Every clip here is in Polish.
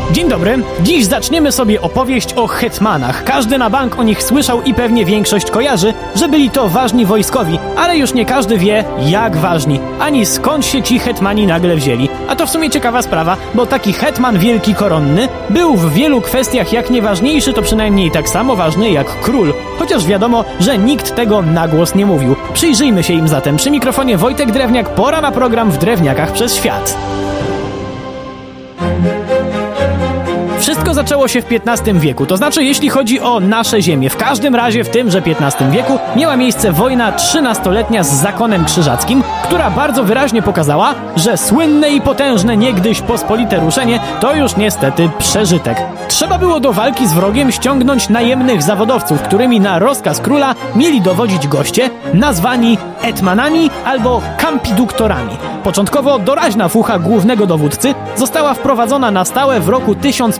Dzień dobry, dziś zaczniemy sobie opowieść o hetmanach. Każdy na bank o nich słyszał i pewnie większość kojarzy, że byli to ważni wojskowi, ale już nie każdy wie, jak ważni, ani skąd się ci hetmani nagle wzięli. A to w sumie ciekawa sprawa, bo taki hetman wielki koronny był w wielu kwestiach jak nieważniejszy, to przynajmniej tak samo ważny jak król. Chociaż wiadomo, że nikt tego na głos nie mówił. Przyjrzyjmy się im zatem. Przy mikrofonie Wojtek Drewniak, pora na program W Drewniakach przez świat. Wszystko zaczęło się w XV wieku, to znaczy jeśli chodzi o nasze ziemię. W każdym razie w tymże XV wieku miała miejsce wojna 13-letnia z zakonem krzyżackim, która bardzo wyraźnie pokazała, że słynne i potężne niegdyś pospolite ruszenie to już niestety przeżytek. Trzeba było do walki z wrogiem ściągnąć najemnych zawodowców, którymi na rozkaz króla mieli dowodzić goście nazwani etmanami albo kampiduktorami. Początkowo doraźna fucha głównego dowódcy została wprowadzona na stałe w roku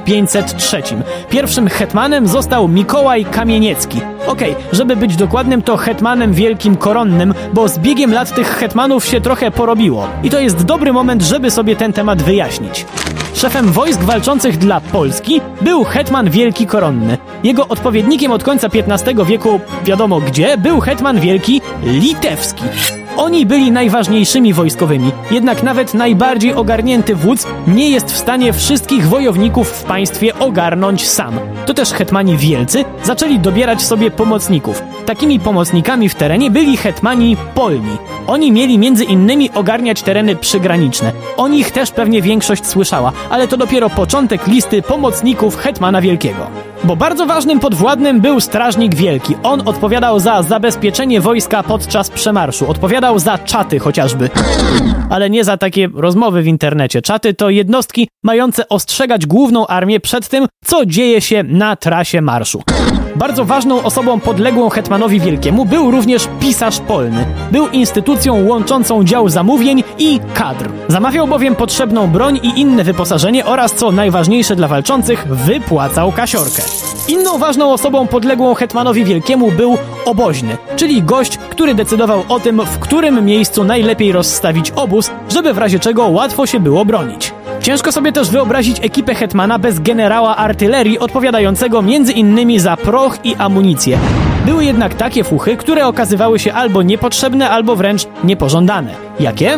1503. Pierwszym hetmanem został Mikołaj Kamieniecki. Żeby być dokładnym, to hetmanem wielkim koronnym, bo z biegiem lat tych hetmanów się trochę porobiło. I to jest dobry moment, żeby sobie ten temat wyjaśnić. Szefem wojsk walczących dla Polski był hetman wielki koronny. Jego odpowiednikiem od końca XV wieku, wiadomo gdzie, był hetman wielki litewski. Oni byli najważniejszymi wojskowymi, jednak nawet najbardziej ogarnięty wódz nie jest w stanie wszystkich wojowników w państwie ogarnąć sam. To też hetmani wielcy zaczęli dobierać sobie pomocników. Takimi pomocnikami w terenie byli hetmani polni. Oni mieli między innymi ogarniać tereny przygraniczne. O nich też pewnie większość słyszała, ale to dopiero początek listy pomocników hetmana wielkiego. Bo bardzo ważnym podwładnym był strażnik wielki. On odpowiadał za zabezpieczenie wojska podczas przemarszu. Odpowiadał za czaty chociażby. Ale nie za takie rozmowy w internecie. Czaty to jednostki mające ostrzegać główną armię przed tym, co dzieje się na trasie marszu. Bardzo ważną osobą podległą hetmanowi wielkiemu był również pisarz polny. Był instytucją łączącą dział zamówień i kadr. Zamawiał bowiem potrzebną broń i inne wyposażenie oraz, co najważniejsze dla walczących, wypłacał kasiorkę. Inną ważną osobą podległą hetmanowi wielkiemu był oboźny, czyli gość, który decydował o tym, w którym miejscu najlepiej rozstawić obóz, żeby w razie czego łatwo się było bronić. Ciężko sobie też wyobrazić ekipę hetmana bez generała artylerii odpowiadającego m.in. za proch i amunicję. Były jednak takie fuchy, które okazywały się albo niepotrzebne, albo wręcz niepożądane. Jakie?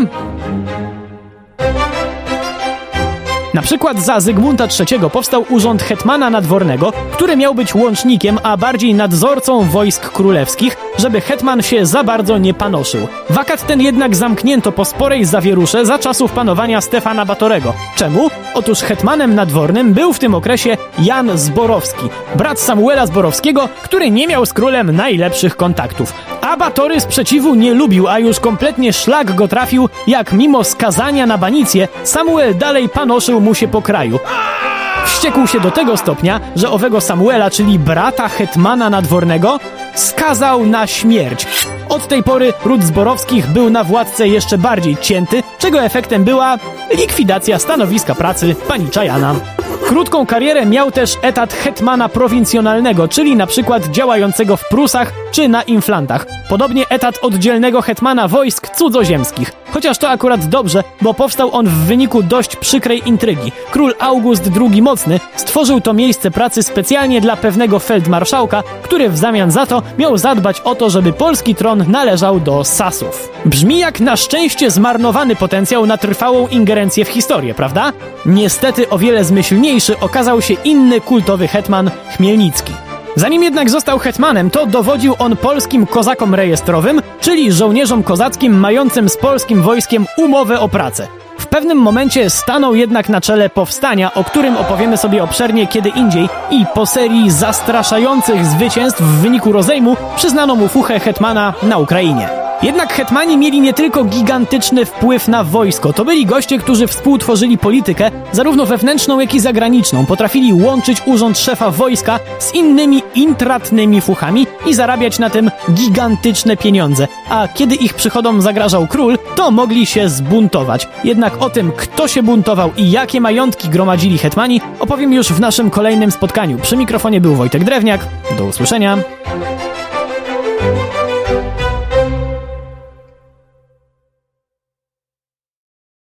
Na przykład za Zygmunta III powstał urząd hetmana nadwornego, który miał być łącznikiem, a bardziej nadzorcą wojsk królewskich, żeby hetman się za bardzo nie panoszył. Wakat ten jednak zamknięto po sporej zawierusze za czasów panowania Stefana Batorego. Czemu? Otóż hetmanem nadwornym był w tym okresie Jan Zborowski, brat Samuela Zborowskiego, który nie miał z królem najlepszych kontaktów. A Batory sprzeciwu nie lubił, a już kompletnie szlak go trafił, jak mimo skazania na banicję Samuel dalej panoszył mu się po kraju. Wściekł się do tego stopnia, że owego Samuela, czyli brata hetmana nadwornego, skazał na śmierć. Od tej pory ród Zborowskich był na władcę jeszcze bardziej cięty, czego efektem była likwidacja stanowiska pracy panicza Jana. Krótką karierę miał też etat hetmana prowincjonalnego, czyli na przykład działającego w Prusach czy na Inflantach. Podobnie etat oddzielnego hetmana wojsk cudzoziemskich. Chociaż to akurat dobrze, bo powstał on w wyniku dość przykrej intrygi. Król August II Mocny stworzył to miejsce pracy specjalnie dla pewnego feldmarszałka, który w zamian za to miał zadbać o to, żeby polski tron należał do Sasów. Brzmi jak na szczęście zmarnowany potencjał na trwałą ingerencję w historię, prawda? Niestety o wiele zmyślniejszy okazał się inny kultowy hetman Chmielnicki. Zanim jednak został hetmanem, to dowodził on polskim kozakom rejestrowym, czyli żołnierzom kozackim mającym z polskim wojskiem umowę o pracę. W pewnym momencie stanął jednak na czele powstania, o którym opowiemy sobie obszernie kiedy indziej, i po serii zastraszających zwycięstw w wyniku rozejmu przyznano mu fuchę hetmana na Ukrainie. Jednak hetmani mieli nie tylko gigantyczny wpływ na wojsko, to byli goście, którzy współtworzyli politykę, zarówno wewnętrzną, jak i zagraniczną. Potrafili łączyć urząd szefa wojska z innymi intratnymi fuchami i zarabiać na tym gigantyczne pieniądze. A kiedy ich przychodom zagrażał król, to mogli się zbuntować. Jednak o tym, kto się buntował i jakie majątki gromadzili hetmani, opowiem już w naszym kolejnym spotkaniu. Przy mikrofonie był Wojtek Drewniak. Do usłyszenia.